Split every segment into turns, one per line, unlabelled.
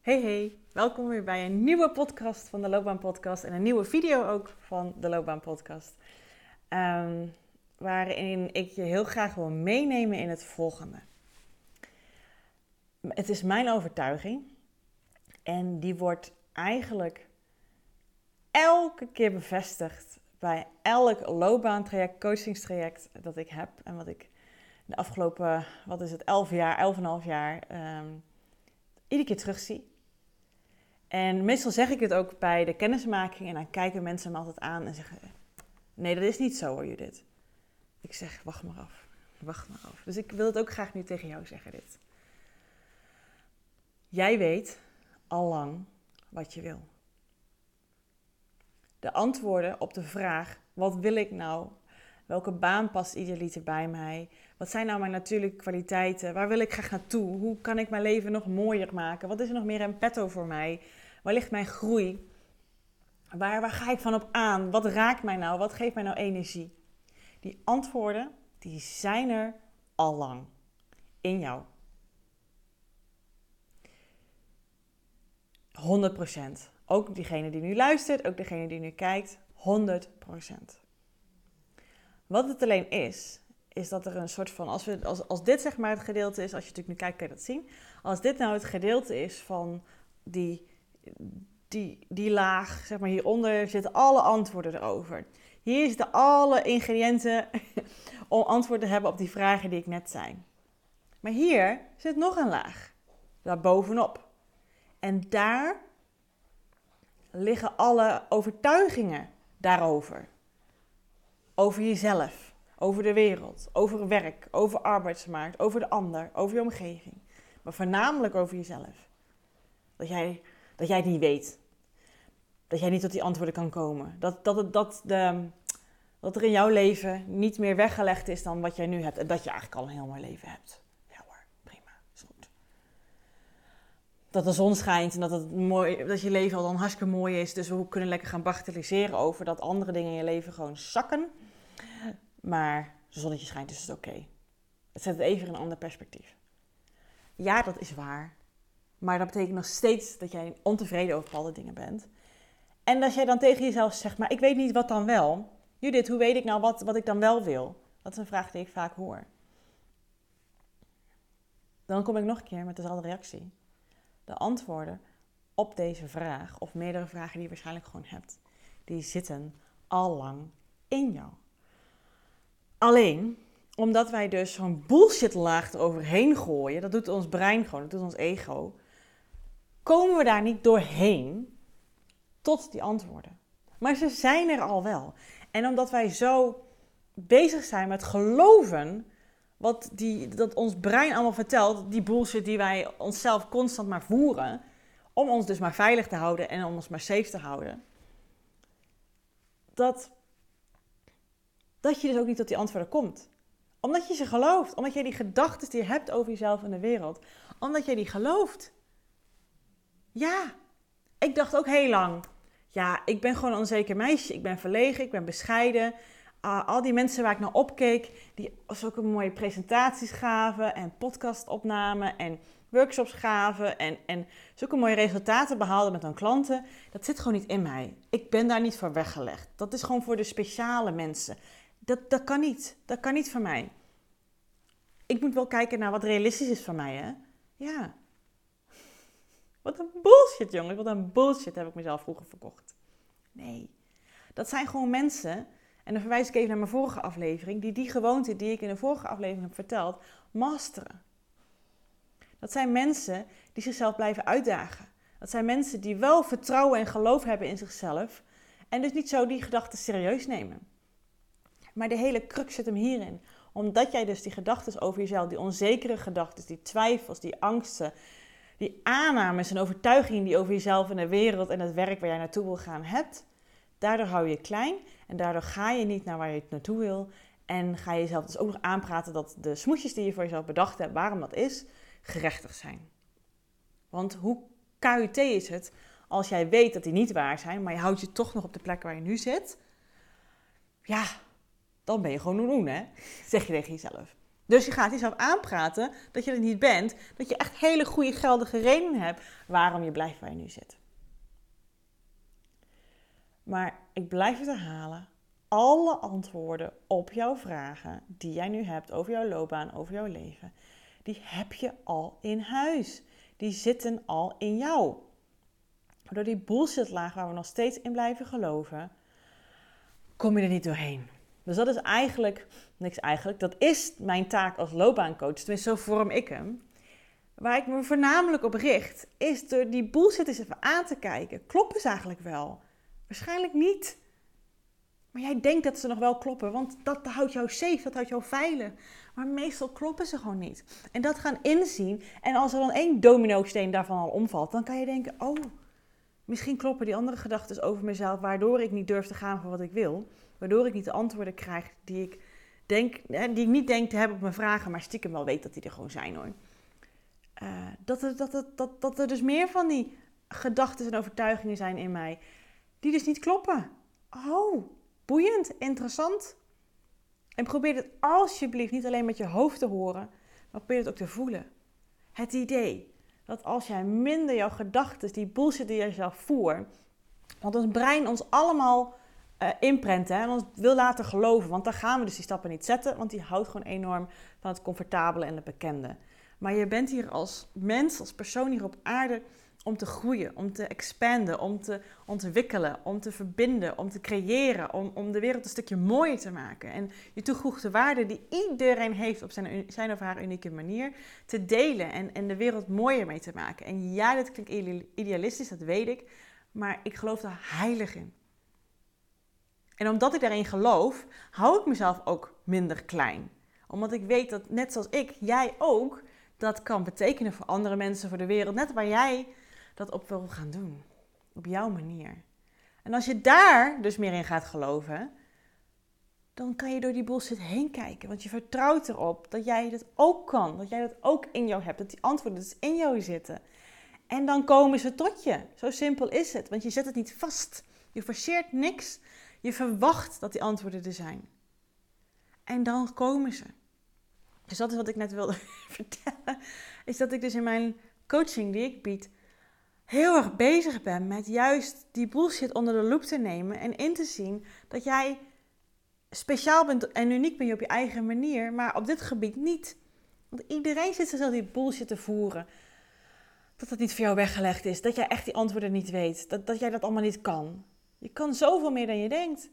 Hey, welkom weer bij een nieuwe podcast van de Loopbaan Podcast en een nieuwe video ook van de Loopbaan Podcast. Waarin ik je heel graag wil meenemen in het volgende. Het is mijn overtuiging en die wordt eigenlijk elke keer bevestigd bij elk loopbaantraject, coachingstraject dat ik heb en wat ik de afgelopen, 11,5 jaar iedere keer terugzie. En meestal zeg ik het ook bij de kennismaking en dan kijken mensen me altijd aan en zeggen: nee, dat is niet zo hoor, Judith. Ik zeg, wacht maar af. Dus ik wil het ook graag nu tegen jou zeggen dit. Jij weet allang wat je wil. De antwoorden op de vraag, wat wil ik nou? Welke baan past idealiter bij mij? Wat zijn nou mijn natuurlijke kwaliteiten? Waar wil ik graag naartoe? Hoe kan ik mijn leven nog mooier maken? Wat is er nog meer in petto voor mij? Waar ligt mijn groei? Waar ga ik van op aan? Wat raakt mij nou? Wat geeft mij nou energie? Die antwoorden, die zijn er al lang in jou. 100%. Ook diegene die nu luistert, ook degene die nu kijkt, 100%. Wat het alleen is dat er een soort van, als dit zeg maar het gedeelte is, als je natuurlijk nu kijkt, kan je dat zien. Als dit nou het gedeelte is van die laag, zeg maar hieronder zitten alle antwoorden erover. Hier zitten alle ingrediënten om antwoord te hebben op die vragen die ik net zei. Maar hier zit nog een laag, daarbovenop. En daar liggen alle overtuigingen daarover. Over jezelf, over de wereld, over werk, over arbeidsmarkt, over de ander, over je omgeving. Maar voornamelijk over jezelf. Dat jij het niet weet. Dat jij niet tot die antwoorden kan komen. Dat er in jouw leven niet meer weggelegd is dan wat jij nu hebt. En dat je eigenlijk al een heel mooi leven hebt. Ja hoor, prima, is goed. Dat de zon schijnt en dat je leven al dan hartstikke mooi is. Dus we kunnen lekker gaan bagatelliseren over dat andere dingen in je leven gewoon zakken. Maar als het zonnetje schijnt, is het oké. Het zet het even in een ander perspectief. Ja, dat is waar. Maar dat betekent nog steeds dat jij ontevreden over bepaalde dingen bent. En als jij dan tegen jezelf zegt, maar ik weet niet wat dan wel. Judith, hoe weet ik nou wat ik dan wel wil? Dat is een vraag die ik vaak hoor. Dan kom ik nog een keer met dezelfde reactie. De antwoorden op deze vraag, of meerdere vragen die je waarschijnlijk gewoon hebt, die zitten al lang in jou. Alleen, omdat wij dus zo'n bullshitlaag eroverheen gooien, dat doet ons brein gewoon, dat doet ons ego, komen we daar niet doorheen tot die antwoorden. Maar ze zijn er al wel. En omdat wij zo bezig zijn met geloven dat ons brein allemaal vertelt, die bullshit die wij onszelf constant maar voeren, om ons dus maar veilig te houden en om ons maar safe te houden, dat je dus ook niet tot die antwoorden komt. Omdat je ze gelooft. Omdat jij die gedachten die je hebt over jezelf en de wereld, omdat jij die gelooft. Ja, ik dacht ook heel lang, ja, ik ben gewoon een onzeker meisje. Ik ben verlegen, ik ben bescheiden. Al die mensen waar ik naar opkeek, die zulke mooie presentaties gaven en podcastopnamen en workshops gaven en zulke mooie resultaten behaalden met hun klanten, dat zit gewoon niet in mij. Ik ben daar niet voor weggelegd. Dat is gewoon voor de speciale mensen. Dat kan niet. Dat kan niet voor mij. Ik moet wel kijken naar wat realistisch is voor mij, hè? Ja. Wat een bullshit, jongens. Wat een bullshit heb ik mezelf vroeger verkocht. Nee. Dat zijn gewoon mensen, en dan verwijs ik even naar mijn vorige aflevering, die gewoonte die ik in de vorige aflevering heb verteld, masteren. Dat zijn mensen die zichzelf blijven uitdagen. Dat zijn mensen die wel vertrouwen en geloof hebben in zichzelf en dus niet zo die gedachten serieus nemen. Maar de hele crux zit hem hierin. Omdat jij dus die gedachten over jezelf, die onzekere gedachten, die twijfels, die angsten, die aannames en overtuigingen die over jezelf en de wereld en het werk waar jij naartoe wil gaan hebt, daardoor hou je je klein en daardoor ga je niet naar waar je naartoe wil. En ga je jezelf dus ook nog aanpraten dat de smoesjes die je voor jezelf bedacht hebt, waarom dat is, gerechtigd zijn. Want hoe KUT is het als jij weet dat die niet waar zijn, maar je houdt je toch nog op de plek waar je nu zit? Ja, dan ben je gewoon een hè? Zeg je tegen jezelf. Dus je gaat jezelf aanpraten dat je er niet bent. Dat je echt hele goede geldige redenen hebt waarom je blijft waar je nu zit. Maar ik blijf het herhalen. Alle antwoorden op jouw vragen die jij nu hebt over jouw loopbaan, over jouw leven, die heb je al in huis. Die zitten al in jou. Door die bullshitlaag waar we nog steeds in blijven geloven, kom je er niet doorheen. Dus dat is dat is mijn taak als loopbaancoach. Tenminste, zo vorm ik hem. Waar ik me voornamelijk op richt, is door die bullshit eens even aan te kijken. Kloppen ze eigenlijk wel? Waarschijnlijk niet. Maar jij denkt dat ze nog wel kloppen, want dat houdt jou safe, dat houdt jou veilig. Maar meestal kloppen ze gewoon niet. En dat gaan inzien. En als er dan één domino-steen daarvan al omvalt, dan kan je denken, oh, misschien kloppen die andere gedachten over mezelf, waardoor ik niet durf te gaan voor wat ik wil. Waardoor ik niet de antwoorden krijg die ik niet denk te hebben op mijn vragen, maar stiekem wel weet dat die er gewoon zijn hoor. Dat er dus meer van die gedachten en overtuigingen zijn in mij, die dus niet kloppen. Oh, boeiend, interessant. En probeer het alsjeblieft niet alleen met je hoofd te horen, maar probeer het ook te voelen. Het idee dat als jij minder jouw gedachten, die bullshit die je zelf voert, want ons brein ons allemaal inprenten en ons wil laten geloven, want dan gaan we dus die stappen niet zetten, want die houdt gewoon enorm van het comfortabele en het bekende. Maar je bent hier als mens, als persoon hier op aarde om te groeien, om te expanden, om te ontwikkelen, om te verbinden, om te creëren, om de wereld een stukje mooier te maken. En je toegevoegde waarde die iedereen heeft op zijn of haar unieke manier te delen en de wereld mooier mee te maken. En ja, dit klinkt idealistisch, dat weet ik, maar ik geloof daar heilig in. En omdat ik daarin geloof, hou ik mezelf ook minder klein. Omdat ik weet dat, net zoals ik, jij ook, dat kan betekenen voor andere mensen, voor de wereld. Net waar jij dat op wil gaan doen. Op jouw manier. En als je daar dus meer in gaat geloven, dan kan je door die bullshit heen kijken. Want je vertrouwt erop dat jij dat ook kan. Dat jij dat ook in jou hebt. Dat die antwoorden dus in jou zitten. En dan komen ze tot je. Zo simpel is het. Want je zet het niet vast. Je forceert niks. Je verwacht dat die antwoorden er zijn. En dan komen ze. Dus dat is wat ik net wilde vertellen. Is dat ik dus in mijn coaching die ik bied heel erg bezig ben met juist die bullshit onder de loep te nemen. En in te zien dat jij speciaal bent en uniek ben je op je eigen manier. Maar op dit gebied niet. Want iedereen zit zichzelf die bullshit te voeren. Dat het niet voor jou weggelegd is. Dat jij echt die antwoorden niet weet. Dat jij dat allemaal niet kan. Je kan zoveel meer dan je denkt.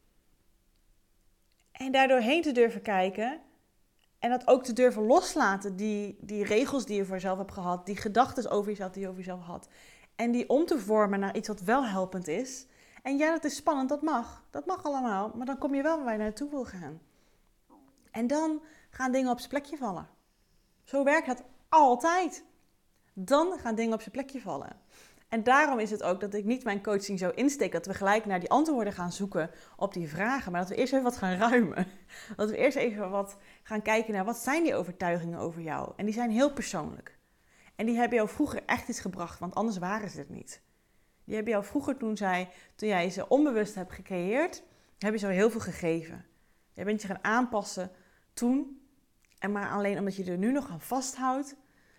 En daardoor heen te durven kijken. En dat ook te durven loslaten. Die regels die je voor jezelf hebt gehad. Die gedachten over jezelf die je over jezelf had. En die om te vormen naar iets wat wel helpend is. En ja, dat is spannend. Dat mag. Dat mag allemaal. Maar dan kom je wel waar je naartoe wil gaan. En dan gaan dingen op zijn plekje vallen. Zo werkt het altijd. Dan gaan dingen op zijn plekje vallen. En daarom is het ook dat ik niet mijn coaching zo insteek dat we gelijk naar die antwoorden gaan zoeken op die vragen. Maar dat we eerst even wat gaan ruimen. Dat we eerst even wat gaan kijken naar wat zijn die overtuigingen over jou. En die zijn heel persoonlijk. En die hebben jou vroeger echt iets gebracht, want anders waren ze het niet. Die hebben jou vroeger toen jij ze onbewust hebt gecreëerd, heb je zo heel veel gegeven. Je bent je gaan aanpassen toen. En maar alleen omdat je er nu nog aan vasthoudt.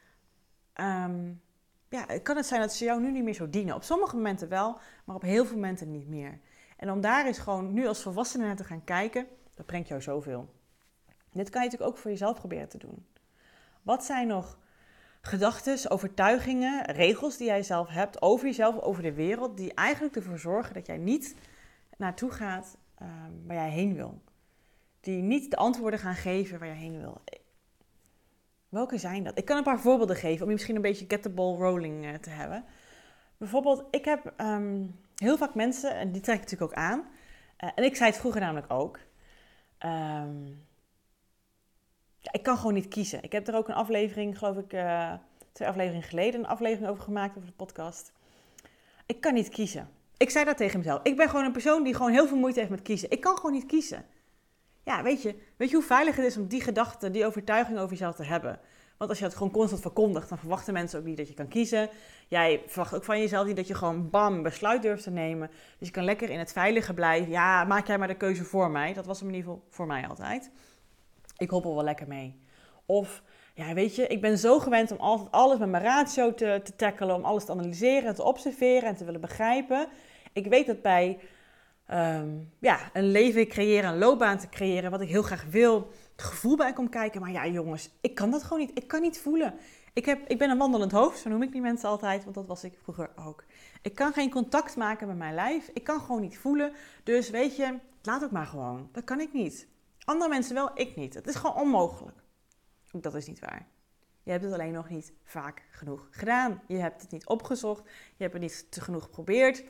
Kan het zijn dat ze jou nu niet meer zo dienen. Op sommige momenten wel, maar op heel veel momenten niet meer. En om daar eens gewoon nu als volwassene naar te gaan kijken, dat brengt jou zoveel. Dit kan je natuurlijk ook voor jezelf proberen te doen. Wat zijn nog gedachten, overtuigingen, regels die jij zelf hebt over jezelf, over de wereld, die eigenlijk ervoor zorgen dat jij niet naartoe gaat waar jij heen wil. Die niet de antwoorden gaan geven waar jij heen wil. Welke zijn dat? Ik kan een paar voorbeelden geven om je misschien een beetje get the ball rolling te hebben. Bijvoorbeeld, ik heb heel vaak mensen, en die trek ik natuurlijk ook aan. En ik zei het vroeger namelijk ook. Ik kan gewoon niet kiezen. Ik heb er ook een aflevering, geloof ik, 2 afleveringen geleden, een aflevering over gemaakt over de podcast. Ik kan niet kiezen. Ik zei dat tegen mezelf. Ik ben gewoon een persoon die gewoon heel veel moeite heeft met kiezen. Ik kan gewoon niet kiezen. Ja, weet je hoe veilig het is om die gedachten, die overtuiging over jezelf te hebben? Want als je dat gewoon constant verkondigt, dan verwachten mensen ook niet dat je kan kiezen. Jij verwacht ook van jezelf niet dat je gewoon bam, besluit durft te nemen. Dus je kan lekker in het veilige blijven. Ja, maak jij maar de keuze voor mij. Dat was in ieder geval voor mij altijd. Ik hoppel wel lekker mee. Of, ja, weet je, ik ben zo gewend om altijd alles met mijn ratio te tackelen, om alles te analyseren, te observeren en te willen begrijpen. Ik weet dat bij een leven creëren, een loopbaan te creëren, wat ik heel graag wil, het gevoel bij komt kijken. Maar ja, jongens, ik kan dat gewoon niet. Ik kan niet voelen. Ik ben een wandelend hoofd, zo noem ik die mensen altijd, want dat was ik vroeger ook. Ik kan geen contact maken met mijn lijf. Ik kan gewoon niet voelen. Dus weet je, laat het maar gewoon. Dat kan ik niet. Andere mensen wel, ik niet. Het is gewoon onmogelijk. Ook dat is niet waar. Je hebt het alleen nog niet vaak genoeg gedaan. Je hebt het niet opgezocht. Je hebt het niet genoeg geprobeerd.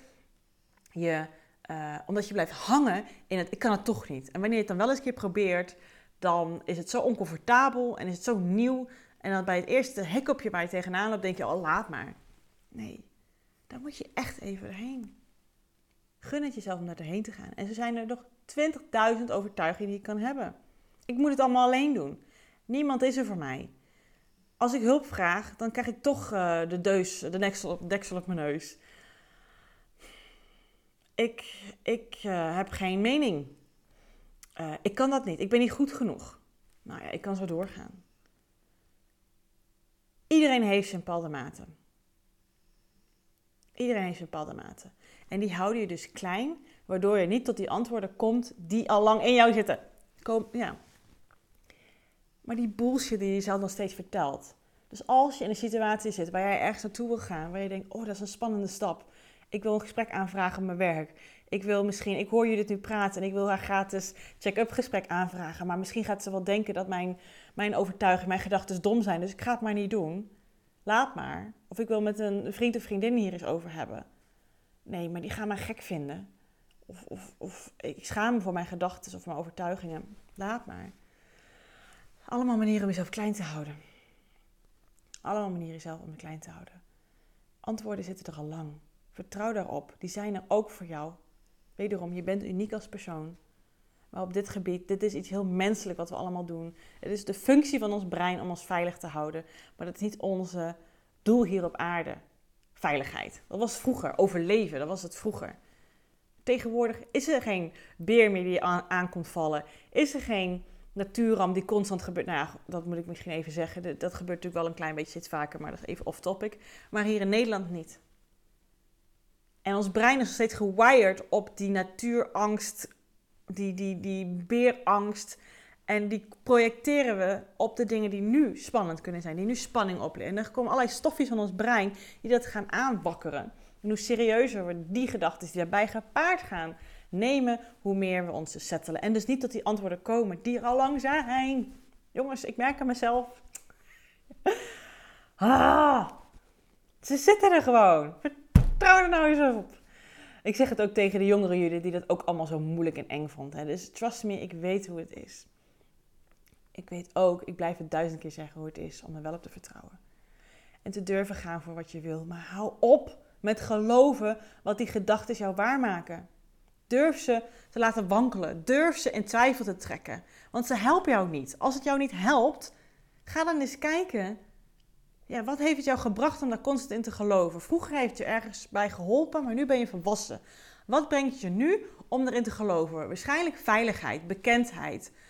Omdat je blijft hangen in het, ik kan het toch niet. En wanneer je het dan wel eens een keer probeert, dan is het zo oncomfortabel en is het zo nieuw. En dan bij het eerste hiccupje waar je tegenaan loopt, denk je, oh, laat maar. Nee, daar moet je echt even doorheen. Gun het jezelf om daar doorheen te gaan. En zo zijn er nog 20.000 overtuigingen die je kan hebben. Ik moet het allemaal alleen doen. Niemand is er voor mij. Als ik hulp vraag, dan krijg ik toch de deksel op mijn neus. Ik heb geen mening. Ik kan dat niet. Ik ben niet goed genoeg. Nou ja, ik kan zo doorgaan. Iedereen heeft zijn bepaalde maten. Iedereen heeft zijn bepaalde maten. En die houden je dus klein, waardoor je niet tot die antwoorden komt die al lang in jou zitten. Maar die bullshit die je jezelf nog steeds vertelt. Dus als je in een situatie zit waar jij ergens naartoe wil gaan, waar je denkt, oh, dat is een spannende stap. Ik wil een gesprek aanvragen op mijn werk. Ik hoor jullie dit nu praten en ik wil haar gratis check-up gesprek aanvragen. Maar misschien gaat ze wel denken dat mijn overtuiging, mijn gedachten dom zijn. Dus ik ga het maar niet doen. Laat maar. Of ik wil met een vriend of vriendin hier eens over hebben. Nee, maar die gaan mij gek vinden. Of ik schaam me voor mijn gedachten of mijn overtuigingen. Laat maar. Allemaal manieren om jezelf klein te houden. Allemaal manieren jezelf om je klein te houden. Antwoorden zitten er al lang. Vertrouw daarop. Die zijn er ook voor jou. Wederom, je bent uniek als persoon. Maar op dit gebied, dit is iets heel menselijk wat we allemaal doen. Het is de functie van ons brein om ons veilig te houden. Maar dat is niet onze doel hier op aarde. Veiligheid. Dat was vroeger. Overleven, dat was het vroeger. Tegenwoordig is er geen beer meer die je aan komt vallen. Is er geen natuurramp die constant gebeurt. Nou ja, dat moet ik misschien even zeggen. Dat gebeurt natuurlijk wel een klein beetje steeds vaker, maar dat is even off topic. Maar hier in Nederland niet. En ons brein is nog steeds gewired op die natuurangst, die beerangst. En die projecteren we op de dingen die nu spannend kunnen zijn, die nu spanning opleveren. En er komen allerlei stofjes van ons brein die dat gaan aanwakkeren. En hoe serieuzer we die gedachten die daarbij gepaard gaan nemen, hoe meer we ons settelen. En dus niet dat die antwoorden komen die er al lang zijn. Jongens, ik merk aan mezelf. Ze zitten er gewoon. Vertrouw er nou eens op. Ik zeg het ook tegen de jongere jullie die dat ook allemaal zo moeilijk en eng vonden. Dus trust me, ik weet hoe het is. Ik weet ook, ik blijf het 1000 keer zeggen hoe het is om er wel op te vertrouwen. En te durven gaan voor wat je wil. Maar hou op met geloven wat die gedachten jou waarmaken. Durf ze te laten wankelen. Durf ze in twijfel te trekken. Want ze helpen jou niet. Als het jou niet helpt, ga dan eens kijken. Ja, wat heeft het jou gebracht om daar constant in te geloven? Vroeger heeft het je ergens bij geholpen, maar nu ben je volwassen. Wat brengt je nu om erin te geloven? Waarschijnlijk veiligheid, bekendheid.